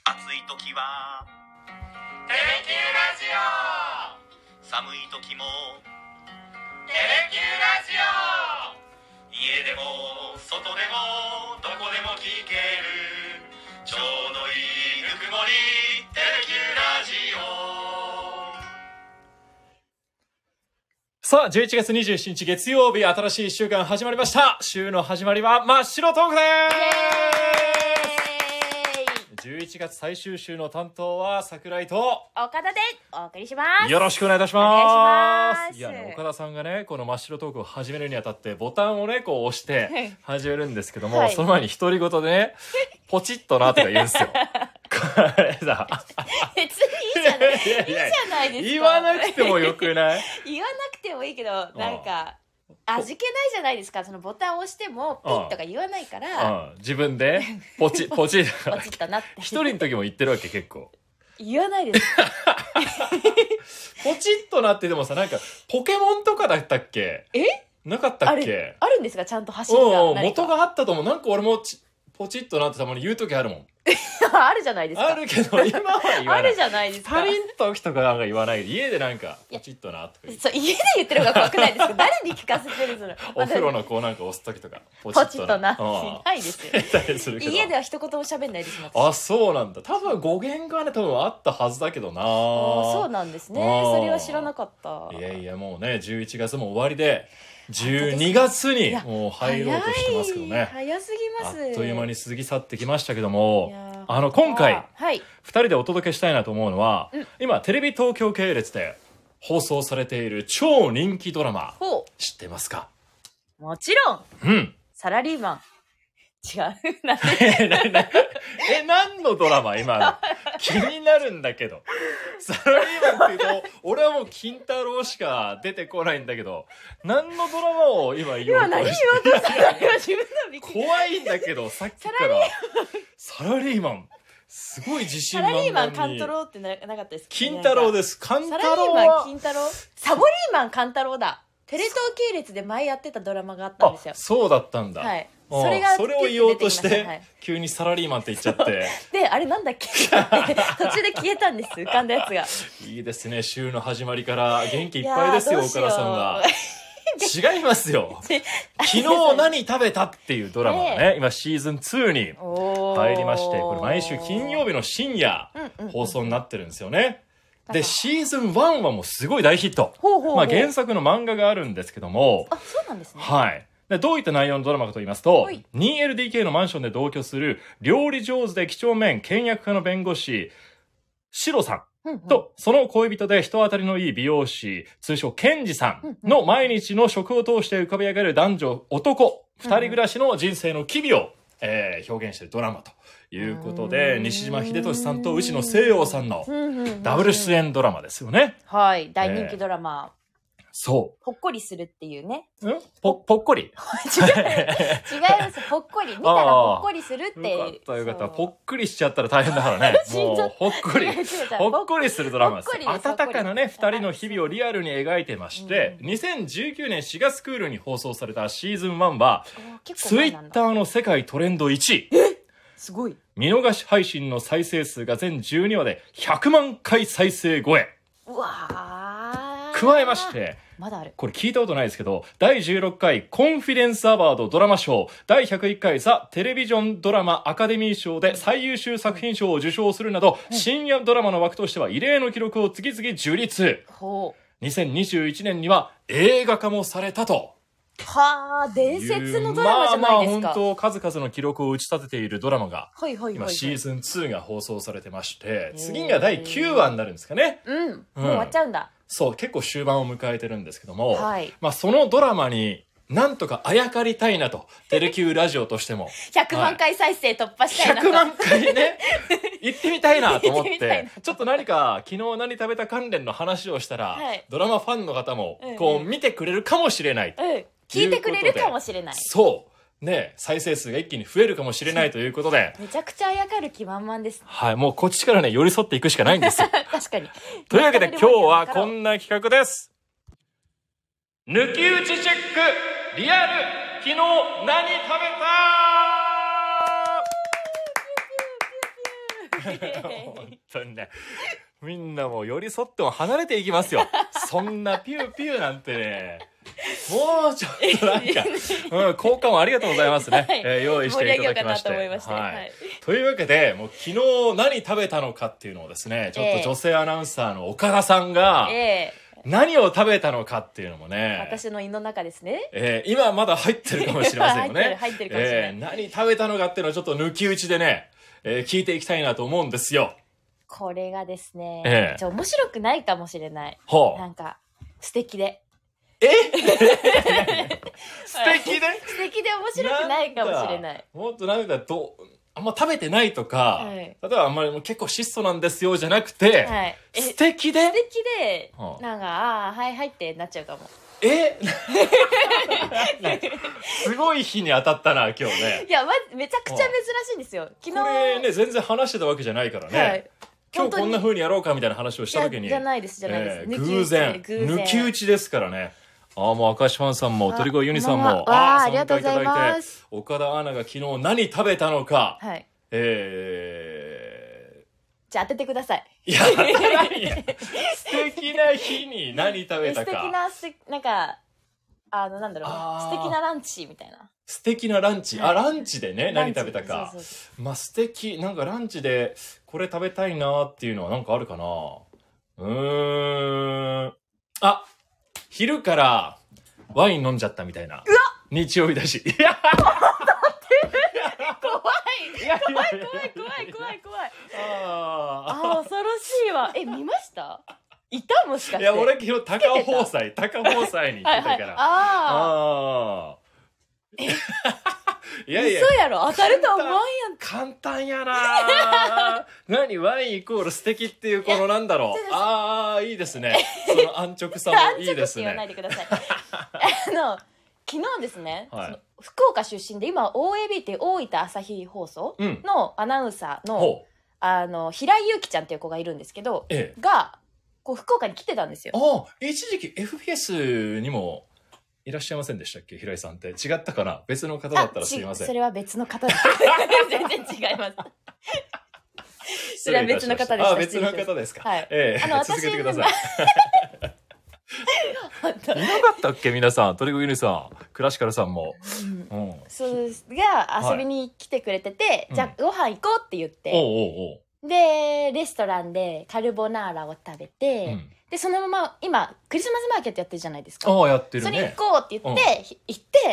暑い時はテレキューラジオ、 寒い時もテレキューラジオ、 家でも外でもどこでも聞けるちょうどいいぬくもりテレキューラジオ。 さあ、11月27日月曜日、新しい1週間始まりました。週の始まりは真っ白トークでーす。11月最終週の担当は桜井と岡田でお送りします。 よろしくお願いいたします。 お願いします。 いやね、岡田さんがね、この真っ白トークを始めるにあたってボタンをね、こう押して始めるんですけども、 はいその前に独り言でね、ポチッとなとか言うんですよ。これだ。 別にいいじゃない。いいじゃないですか。 言わなくてもよくない？ 言わなくてもいいけど、なんか味気ないじゃないですか。そのボタンを押してもピッとか言わないから、 自分でポチポチったなって。 一人の時も言ってるわけ結構。 言わないです。 ポチッとなってでもさ、なんかポケモンとかだったっけ？なかったっけ？ あるんですか、ちゃんと走りが。 元があったと思う。なんか俺もポチッとなってたまに言う時あるもん。 あるじゃないですか。 あるけど今は言わない。 あるじゃないですか。 パリンと時とかなんか言わない。家でなんかポチッとなとか言って。 そう、家で言ってる方が怖くないですか？誰に聞かせてるんですか？ お風呂のこうなんか押す時とかポチッとな。ないですよ。家では一言も喋んないですもん。 あ、そうなんだ。多分語源がね、多分あったはずだけどな。 そうなんですね。それは知らなかった。 いやいや、もうね、11月も終わりで、12月にもう入ろうとしてますけどね。 早すぎます。 あっという間に過ぎ去ってきましたけども、今回、2人でお届けしたいなと思うのは、今、テレビ東京系列で放送されている超人気ドラマ、知ってますか？ もちろん。サラリーマン。違う。 何のドラマ今の気になるんだけど。サラリーマンって言うと、俺はもう金太郎しか出てこないんだけど、何のドラマを今言おうとして。 今何言おうとしたの？自分のびっくり。 怖いんだけど、さっきからサラリーマンすごい自信満々に。 サラリーマンカンタロウってなかったですか？ 金太郎です。カンタロウはサラリーマン金太郎、サボリーマンカンタロウだ。テレ東系列で前やってたドラマがあったんですよ。 そうだったんだ。 はい。 それを言おうとして、急にサラリーマンって言っちゃって。 で、あれなんだっけ途中で消えたんです、浮かんだやつが。 いいですね、週の始まりから元気いっぱいですよ、岡田さんは。違いますよ。昨日何食べたっていうドラマがね、今シーズン2に入りまして、これ毎週金曜日の深夜放送になってるんですよね。で、シーズン1はもうすごい大ヒット。原作の漫画があるんですけども。 あ、そうなんですね。 はい。でどういった内容のドラマかと言いますと、2LDK のマンションで同居する料理上手で几帳面倹約家の弁護士、シロさんと、その恋人で人当たりのいい美容師、通称ケンジさんの毎日の食を通して浮かび上がる男男、二人暮らしの人生の機微を、表現しているドラマということで、西島秀俊さんと内野聖陽さんのダブル出演ドラマですよね。 はい、大人気ドラマ。 そう。 ほっこりするっていうね。 ぽっこり違います。ぽっこり。見たらほっこりするって。 よかったよかった。ぽっくりしちゃったら大変だからね。もう、ほっこり。ほっこりするドラマです。温かなね、二人の日々をリアルに描いてまして、2019年4月クールに放送されたシーズン1は、ツイッターの世界トレンド1位。 すごい。 見逃し配信の再生数が全12話で100万回再生超え。 うわー。 加えまして、 まだある。 これ聞いたことないですけど、第16回コンフィデンスアワードドラマ賞、第101回ザ・テレビジョンドラマアカデミー賞で最優秀作品賞を受賞するなど、深夜ドラマの枠としては異例の記録を次々樹立。2021年には映画化もされたと。 はあ、伝説のドラマじゃないですか。 本当数々の記録を打ち立てているドラマが、 今シーズン2が放送されてまして、次が第9話になるんですかね。 もう終わっちゃうんだ。 そう、結構終盤を迎えてるんですけども、そのドラマになんとかあやかりたいなと、テレキューラジオとしても。 100万回再生突破したいなと。 100万回ね、行ってみたいなと思って、ちょっと何か昨日何食べた関連の話をしたら、ドラマファンの方もこう見てくれるかもしれない。 聞いてくれるかもしれない。 そう。ね、再生数が一気に増えるかもしれないということで。 めちゃくちゃあやかる気満々です。 はい、もうこっちからね、寄り添っていくしかないんですよ。 確かに。 というわけで今日はこんな企画です。抜き打ちチェックリアル昨日何食べた本当にね。みんなもう寄り添っても離れていきますよ。そんなピューピューなんてね。もうちょっとなんか、交換をありがとうございますね。 はい用意していただきまして。 盛り上げようかなと思いましてはいはいというわけで、もう昨日何食べたのかっていうのをですね、ちょっと女性アナウンサーの岡田さんが、何を食べたのかっていうのもね。 私の胃の中ですね。 今まだ入ってるかもしれませんよね。 入ってるかもしれない。 何食べたのかっていうのをちょっと抜き打ちでね、聞いていきたいなと思うんですよ。 これがですね、面白くないかもしれない。なんか、素敵で。 素敵で素敵で面白くないかもしれない。 もっとなんかあんま食べてないとか、例えばあんまり結構質素なんですよじゃなくて、素敵で素敵で、なんか、はいはいってなっちゃうかも。 すごい日に当たったな、今日ね。 いや、めちゃくちゃ珍しいんですよ。昨日。 これね、全然話してたわけじゃないからね。今日こんな風にやろうかみたいな話をした時に。 じゃないです。 偶然。抜き打ちですからね。もう明石ファンさんも、鳥越ユニさんも、 ありがとうございます。 岡田アナが昨日何食べたのか。 はい。 じゃあ当ててください。 いや、素敵な日に何食べたか。 なんか、なんだろう、素敵なランチみたいな。 素敵なランチ。ランチでね、何食べたか。まあ、素敵。なんかランチで、これ食べたいなっていうのはなんかあるかな。昼からワイン飲んじゃったみたいな。日曜日だし。いや怖い。恐ろしいわ。見ました？いたもしかして。 いや、俺昨日高放祭に行ってたから。いや嘘やろ、当たると思うやん。 簡単やな何ワインイコール素敵っていうこのなんだろう。いいですね。その安直さもいいですね。 安直って言わないでください。昨日ですね、福岡出身で今 OAB っていう大分朝日放送のアナウンサーの、平井祐希ちゃんっていう子がいるんですけど、がこう福岡に来てたんですよ。 一時期 FBS にもいらっしゃいませんでしたっけ、平井さんって。違ったかな、別の方だったらすいません。 それは別の方です。全然違います。それは別の方でした。 別の方ですか。 はい。 続けてください。いなかったっけ皆さん、鳥越ユニさん、クラシカルさんも。 そうが遊びに来てくれてて、じゃあご飯行こうって言って。で、レストランでカルボナーラを食べて、で、そのまま、今、クリスマスマーケットやってるじゃないですか。 やってるね。 それ行こうって言って、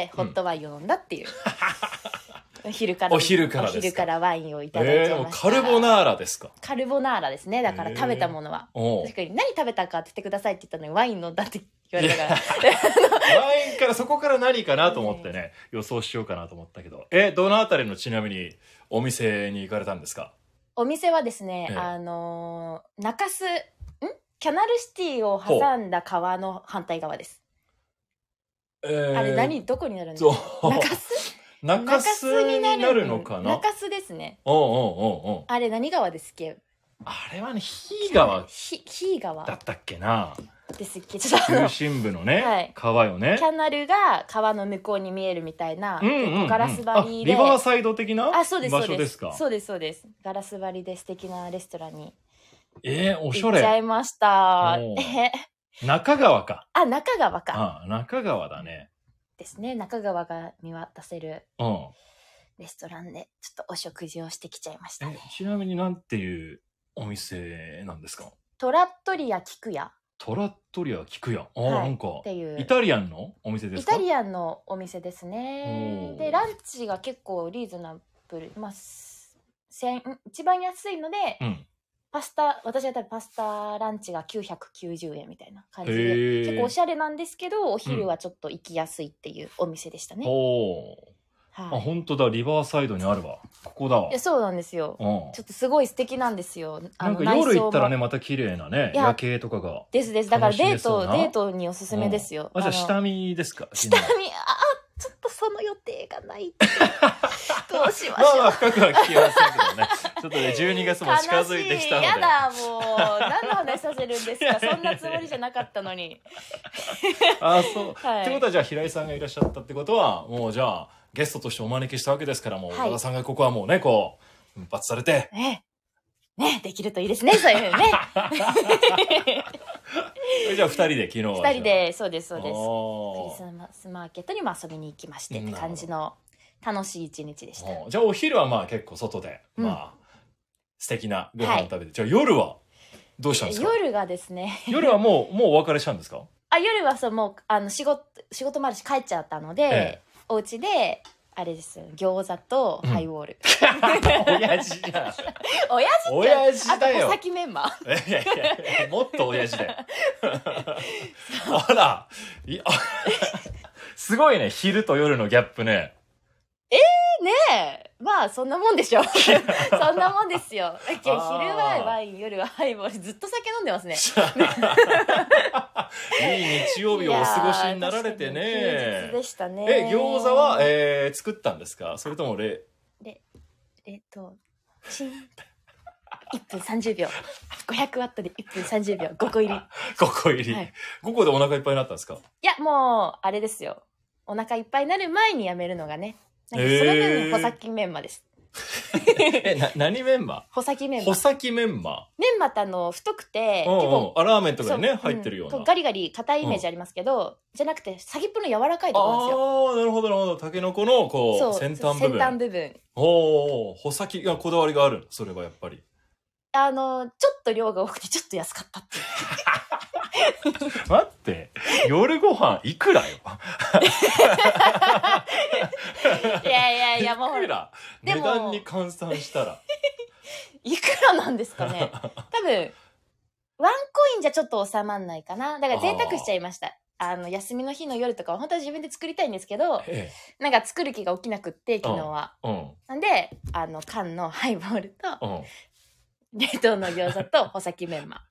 ホットワインを飲んだっていう。お昼からワインをいただいちゃいました。 カルボナーラですか？ カルボナーラですね。だから食べたものは。確かに何食べたかって言ってくださいって言ったのにワイン飲んだって言われたから。 ワインからそこから何かなと思ってね、予想しようかなと思ったけど。どのあたりのちなみにお店に行かれたんですか？ お店はですね、中洲、キャナルシティを挟んだ川の反対側です。あれどこになるんですか？中洲になるのかな？中洲ですね。あれ何川ですっけ？ あれはね、ひー川。 ひー川だったっけな。 ですっけ？ 中心部のね、川よね。 キャナルが川の向こうに見えるみたいな、ガラス張りで。 リバーサイド的な場所ですか？ そうです。ガラス張りで素敵なレストランに。 おしゃれ。 行っちゃいました。 中川か。 中川か。 中川だね。 ですね。中川が見渡せるレストランでちょっとお食事をしてきちゃいましたね。 ちなみになんていうお店なんですか？ トラットリア菊屋。 なんかイタリアンのお店ですか？ イタリアンのお店ですね。でランチが結構リーズナブル、一番安いので、私が食べパスタランチが990円みたいな感じで、結構おしゃれなんですけど、お昼はちょっと行きやすいっていうお店でしたね。 本当だ、リバーサイドにあるわ。ここだわ。 そうなんですよ。ちょっとすごい素敵なんですよ。 なんか夜行ったらね、また綺麗なね、夜景とかが。 です。だからデートにおすすめですよ。 じゃあ下見ですか？ 下見、ちょっとその予定がない。どうしましょう。 深くは聞きませんけどね。ちょっとね、12月も近づいてきたので。 やだ、もう。何の話させるんですか？そんなつもりじゃなかったのに。 そう。ってことは、じゃあ、平井さんがいらっしゃったってことは、もうじゃあ、ゲストとしてお招きしたわけですから、もう、岡田さんがここはもうね、奮発されて、 ね、できるといいですね、そういうのね。 じゃあ二人で昨日は。 二人で、そうです、そうです。クリスマスマーケットにも遊びに行きましてって感じの楽しい一日でした。 じゃあお昼はまあ結構外で、まあ、素敵なご飯を食べて。じゃあ夜はどうしたんですか？ 夜がですね。 夜はもうお別れしたんですか？ 夜はもう、仕事もあるし帰っちゃったので、お家で、あれですよ、餃子とハイボール。 親父じゃん。 親父だよ。 あと、先メンマ。 いやもっと親父だよ。あら、すごいね、昼と夜のギャップね。 ねえ、まあそんなもんでしょ。そんなもんですよ。昼はワイン、夜はハイボール、ずっと酒飲んでますね。 いい日曜日をお過ごしになられてね。 休日でしたね。 餃子は、作ったんですか？それとも1分30秒。500ワットで1分30秒。5個入り。 5個入り。5個でお腹いっぱいになったんですか？ いや、もう、あれですよ。お腹いっぱいになる前にやめるのがね。その分、穂先メンマです。 何メンマ？ 穂先メンマ。 穂先メンマ。 メンマって太くて、 結構ラーメンとかにね、入ってるような。 ガリガリ硬いイメージありますけど、じゃなくて、先っぽの柔らかいところなんですよ。 ああ、なるほど、なるほど。タケノコの、先端部分。 先端部分。 穂先がこだわりがある。それはやっぱり。 ちょっと量が多くて、ちょっと安かったっていう。 待って、夜ご飯いくらよ。 いや、もうほら。値段に換算したら。 いくらなんですかね。多分、ワンコインじゃちょっと収まんないかな。だから贅沢しちゃいました。休みの日の夜とかは本当は自分で作りたいんですけど、なんか作る気が起きなくって、昨日は。なんで、缶のハイボールと、冷凍の餃子と穂先メンマ。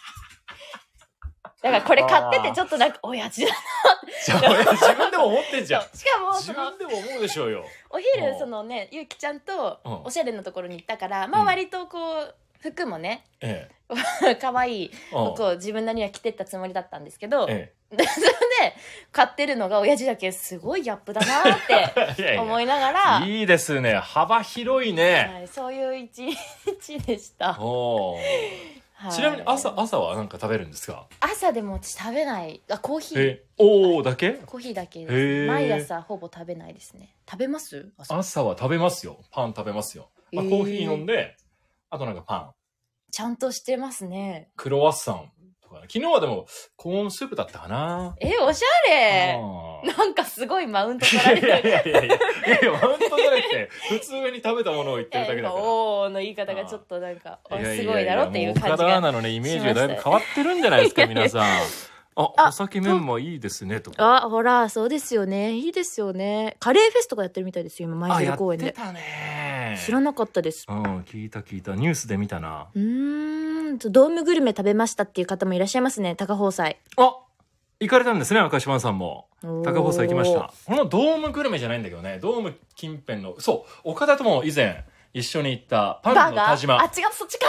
だからこれ買っててちょっとなんか親父だな。 自分でも思ってんじゃん。 しかも自分でも思うでしょうよ。 お昼ゆうきちゃんとおしゃれなところに行ったから、まあ割と服もね、可愛い服を自分なりには着てったつもりだったんですけど、それで買ってるのが親父だけすごいギャップだなって思いながら。 いいですね。幅広いね。 そういう一日でした。 ちなみに朝は何か食べるんですか？ 朝でも私食べない。コーヒー。 だけ？ コーヒーだけです。毎朝ほぼ食べないですね。食べます？ 朝は食べますよ。パン食べますよ。コーヒー飲んで、あとなんかパン。 ちゃんとしてますね。 クロワッサンとかね。昨日はでもコーンスープだったかな。 おしゃれ。なんかすごいマウント取られてる。 いや、マウントじゃなくて、普通に食べたものを言ってるだけだから。 おーの言い方がちょっとなんか、すごいだろっていう感じが。 岡田アナのね、イメージがだいぶ変わってるんじゃないですか、皆さん。お酒メンマいいですね、とか。 ほら、そうですよね。いいですよね。カレーフェスとかやってるみたいですよ、今、舞鶴公園で。 やってたね。 知らなかったです。 聞いた。ニュースで見たな。 ドームグルメ食べましたっていう方もいらっしゃいますね、高宝祭。 行かれたんですね、赤島さんも。高宝祭行きました。このドームグルメじゃないんだけどね、ドーム近辺の、そう、岡田とも以前一緒に行ったパンの田島。 違う、そっちか。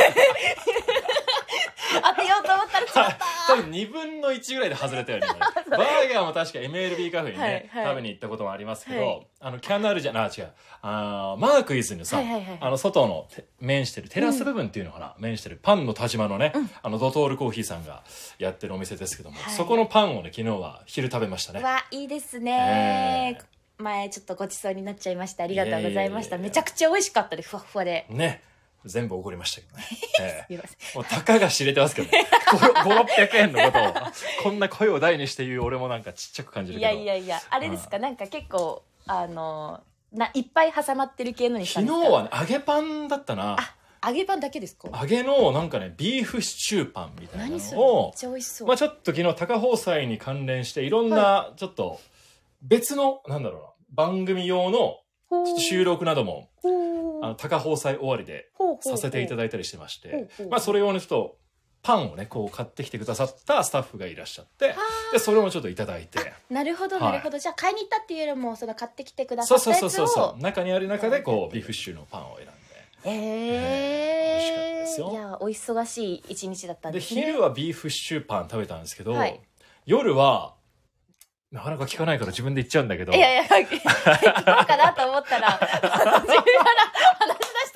当てようと思ったら違った。 多分2分の1ぐらいで外れたよね。バーガーも確か MLB カフェにね、食べに行ったこともありますけど、キャナルじゃ、違う。マークイズのさ、外の面してる、テラス部分っていうのかな、面してるパンの田島のね、ドトールコーヒーさんがやってるお店ですけども、そこのパンをね、昨日は昼食べましたね。 いいですね。前ちょっとごちそうになっちゃいました。ありがとうございました。めちゃくちゃ美味しかったで、ふわふわで。 ね。全部怒りましたけどね。もうたかが知れてますけどね。5、600円のことを、こんな声を大にして言う俺もなんかちっちゃく感じるけど。 いや、あれですか、なんか結構、いっぱい挟まってる系のにしたんですか？ 昨日はね、揚げパンだったな。 揚げパンだけですか？ 揚げのなんかね、ビーフシチューパンみたいなのを。 何それ？めっちゃ美味しそう。 まあちょっと昨日高宝祭に関連していろんな、ちょっと別の、なんだろうな、番組用のちょっと収録なども、高宝祭終わりでさせていただいたりしてまして、まあそれ用のちょっとパンをね、こう買ってきてくださったスタッフがいらっしゃって、で、それもちょっといただいて。 なるほど、なるほど。じゃあ買いに行ったっていうよりも、買ってきてくださったやつを。 そう。中にある中で、こう、ビーフシチューのパンを選んで。美味しかったですよ。 いや、お忙しい一日だったんですね。 で、昼はビーフシチューパン食べたんですけど、夜は、なかなか聞かないから自分で言っちゃうんだけど。 いや、聞こうかなと思ったら、自分から話し出した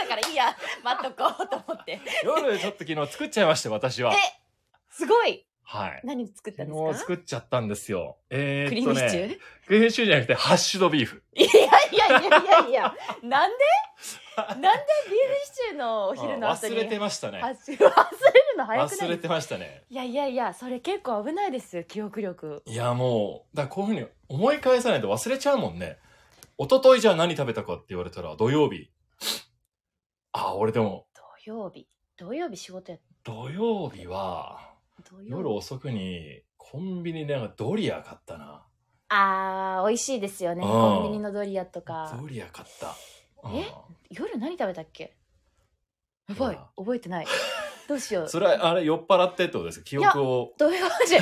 ったからいいや、待っとこうと思って。 夜ちょっと昨日作っちゃいまして、私は。 すごい。 はい。 何作ったんですか？ 昨日作っちゃったんですよ。 クリームシチュー？ クリームシチューじゃなくて、ハッシュドビーフ。 いや、なんでビーフシチューのお昼の後に。 忘れてましたね。 忘れるの早くない？ 忘れてましたね。 いや、それ結構危ないですよ、記憶力。 いや、もう、だからこういうふうに思い返さないと忘れちゃうもんね。一昨日じゃあ何食べたかって言われたら、土曜日。俺でも。 土曜日仕事やった。 土曜日は、夜遅くにコンビニでドリア買ったな。美味しいですよね。コンビニのドリアとか。 ドリア買った。 夜何食べたっけ？やばい、覚えてない。どうしよう。 それは、酔っ払ってってことですか？記憶を。 どういう話？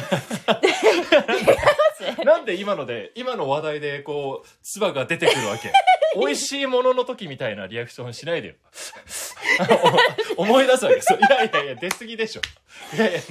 なんで今の話題でこう、唾が出てくるわけ？美味しいものの時みたいなリアクションしないでよ。思い出すわけですよ。いや、出過ぎでしょ。なんで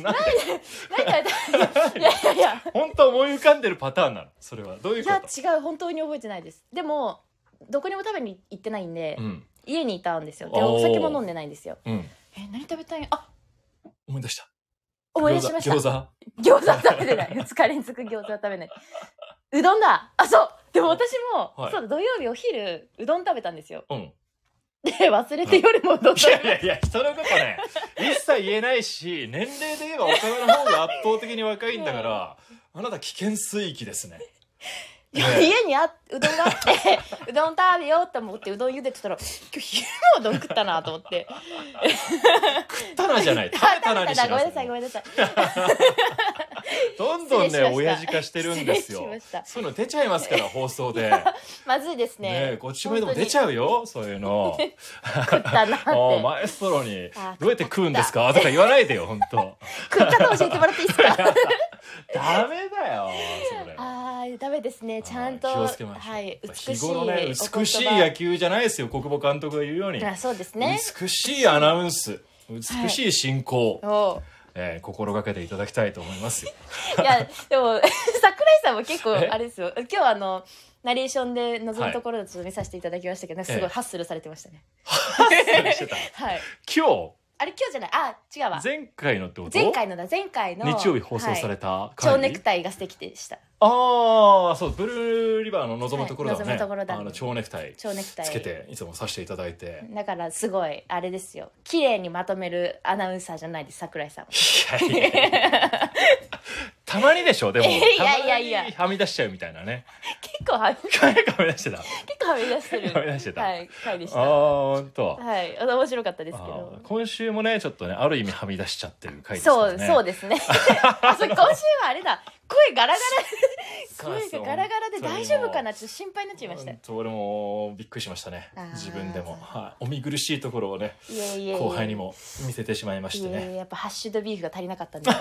本当思い浮かんでるパターンなの？それは。どういうこと？ いや、違う。本当に覚えてないです。でも、どこにも食べに行ってないんで、家にいたんですよ。で、お酒も飲んでないんですよ。何食べたい？ 思い出した。 思い出しました。 餃子食べてない。2日連続餃子は食べない。うどんだ。そう。でも私も、そうだ、土曜日お昼、うどん食べたんですよ。で、忘れて夜もうどん食べた。 いや、人のことね、一切言えないし、年齢で言えば大人の方が圧倒的に若いんだから、あなた危険水域ですね。 家にうどんがあってうどん食べようと思ってうどん茹でてたら今日昼もうどん食ったなと思って食ったなじゃない、食べたなにしなさい。 ごめんなさいどんどんね親父化してるんですよ。そういうの出ちゃいますから放送で。 まずいですね。 こっちもでも出ちゃうよ、そういうの。 食ったなって。 マエストロにどうやって食うんですかとか言わないでよ、本当。 食ったの教えてもらっていいですか？ ダメだよそれ。 ダメですね。ちゃんと気をつけましょう。 はい、 日頃ね、美しい野球じゃないですよ、国母監督が言うように。 そうですね。 美しいアナウンス、美しい進行、心がけていただきたいと思いますよ。 いやでも桜井さんも結構あれですよ。今日ナレーションで望むところでちょっと見させていただきましたけど、すごいハッスルされてましたね。 ハッスルしてた。 はい。 今日。 あれ今日じゃない？違うわ。 前回のってこと？ 前回の日曜日放送された蝶ネクタイが素敵でした。 そう、ブルーリバーの望むところだね。 望むところだ。 蝶ネクタイつけていつもさせていただいて。 だからすごいあれですよ。綺麗にまとめるアナウンサーじゃないです、桜井さん。 いやたまにでしょ、でも。いやはみ出しちゃうみたいなね。 結構はみ出してた。結構はみ出してる。 はみ出してた。 はい、回でした。 本当。 はい、面白かったですけど。 今週もね、ちょっとね、ある意味はみ出しちゃってる回ですからね。 そうですね。今週はあれだ。声ガラガラで大丈夫かな、ちょっと心配になっちゃいました。 俺もびっくりしましたね、自分でも。お見苦しいところをね、後輩にも見せてしまいましてね。 やっぱハッシュドビーフが足りなかったんです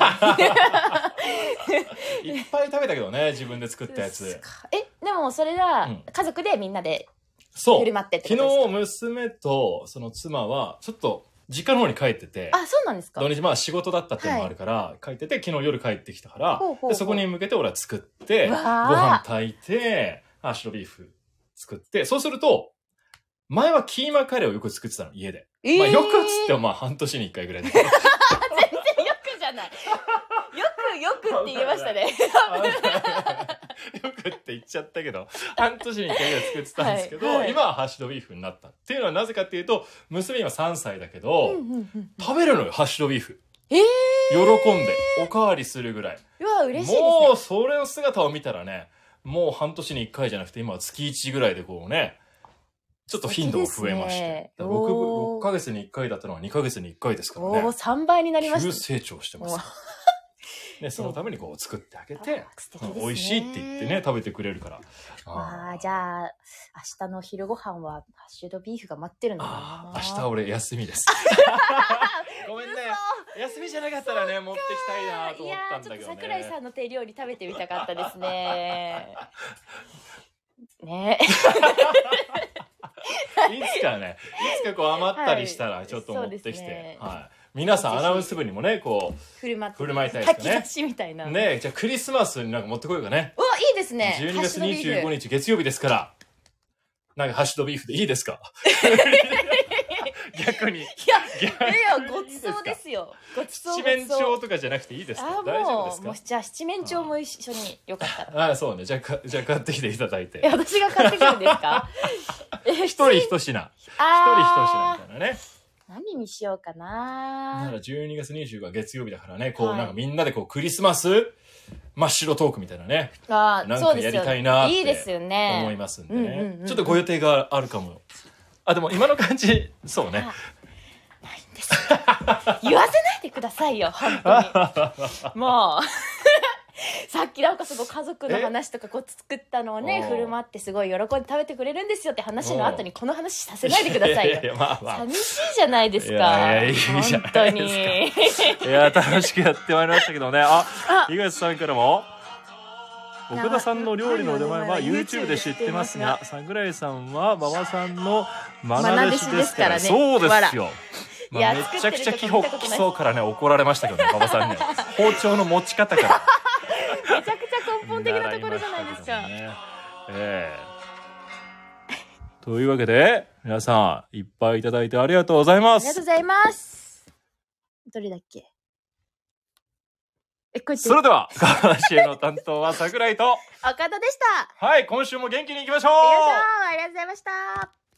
いっぱい食べたけどね、自分で作ったやつ。 でもそれは家族でみんなで振る舞ってってことですか？ 昨日娘とその妻はちょっと実家の方に帰ってて、 そうなんですか？ 土日仕事だったっていうのもあるから、帰ってて、昨日夜帰ってきたから、でそこに向けて俺は作って、ご飯炊いて、ハッシュドビーフ作って、そうすると、前はキーマカレーをよく作ってたの、家で。よくっつっても半年に1回ぐらいで。 全然よくじゃない。よくって言いましたね。 よくって言っちゃったけど、半年に1回ぐらい作ってたんですけど、今はハッシュドビーフになった。っていうのはなぜかっていうと、娘今3歳だけど、食べるのよ、ハッシュドビーフ。喜んで、おかわりするぐらい。 うわ、嬉しいですね。 もう、それの姿を見たらね、もう半年に1回じゃなくて、今は月1ぐらいでこうね、ちょっと頻度が増えまして。6ヶ月に1回だったのは2ヶ月に1回ですからね。 3倍になりました。 急成長してます。そのためにこう作ってあげて、美味しいって言ってね、食べてくれるから。 じゃあ、明日の昼ご飯はハッシュドビーフが待ってるのかな。 明日俺休みです。ごめんね。休みじゃなかったらね、持ってきたいなと思ったんだけどね。 ちょっと桜井さんの手料理食べてみたかったですね。ねいつかこう余ったりしたらちょっと持ってきて。皆さんアナウンス部にもね、こう、振る舞いたいですね。 炊き出しみたいな。 ね、じゃあクリスマスになんか持ってこようかね。 いいですね。 12月25日月曜日ですから、なんかハッシュドビーフでいいですか？ 逆に。 いやごちそうですよ。ごちそう。 七面鳥とかじゃなくていいですか？大丈夫ですか？ もうじゃあ七面鳥も一緒によかったら。 ああ、そうね。じゃあ買ってきていただいて。 私が買ってくるんですか？ 一人一品。一人一品みたいなね。 何にしようかな。 だから12月25日月曜日だからね、こうなんかみんなでこうクリスマス真っ白トークみたいなね。なんかやりたいなって思いますんでね。ちょっとご予定があるかも。あ、でも今の感じ、そうね。 ないんです。言わせないでくださいよ、本当に。もう。さっきなんかすごい家族の話とかこう作ったのをね振る舞ってすごい喜んで食べてくれるんですよって話の後にこの話させないでくださいよ。寂しいじゃないですか。 いいじゃないですか。 本当に。 いや楽しくやってまいりましたけどね。東さんからも岡田さんの料理の腕前は YouTube で知ってますが、桜井さんは馬場さんの愛弟子ですからね。そうですよ。めちゃくちゃ基礎からね怒られましたけどね、馬場さんね。包丁の持ち方から。 めちゃくちゃ根本的なところじゃないですか。 というわけで皆さんいっぱいいただいてありがとうございます。 ありがとうございます。どれだっけ？ それでは今週の担当は桜井と岡田でした。 はい、今週も元気にいきましょう。 ありがとうございました。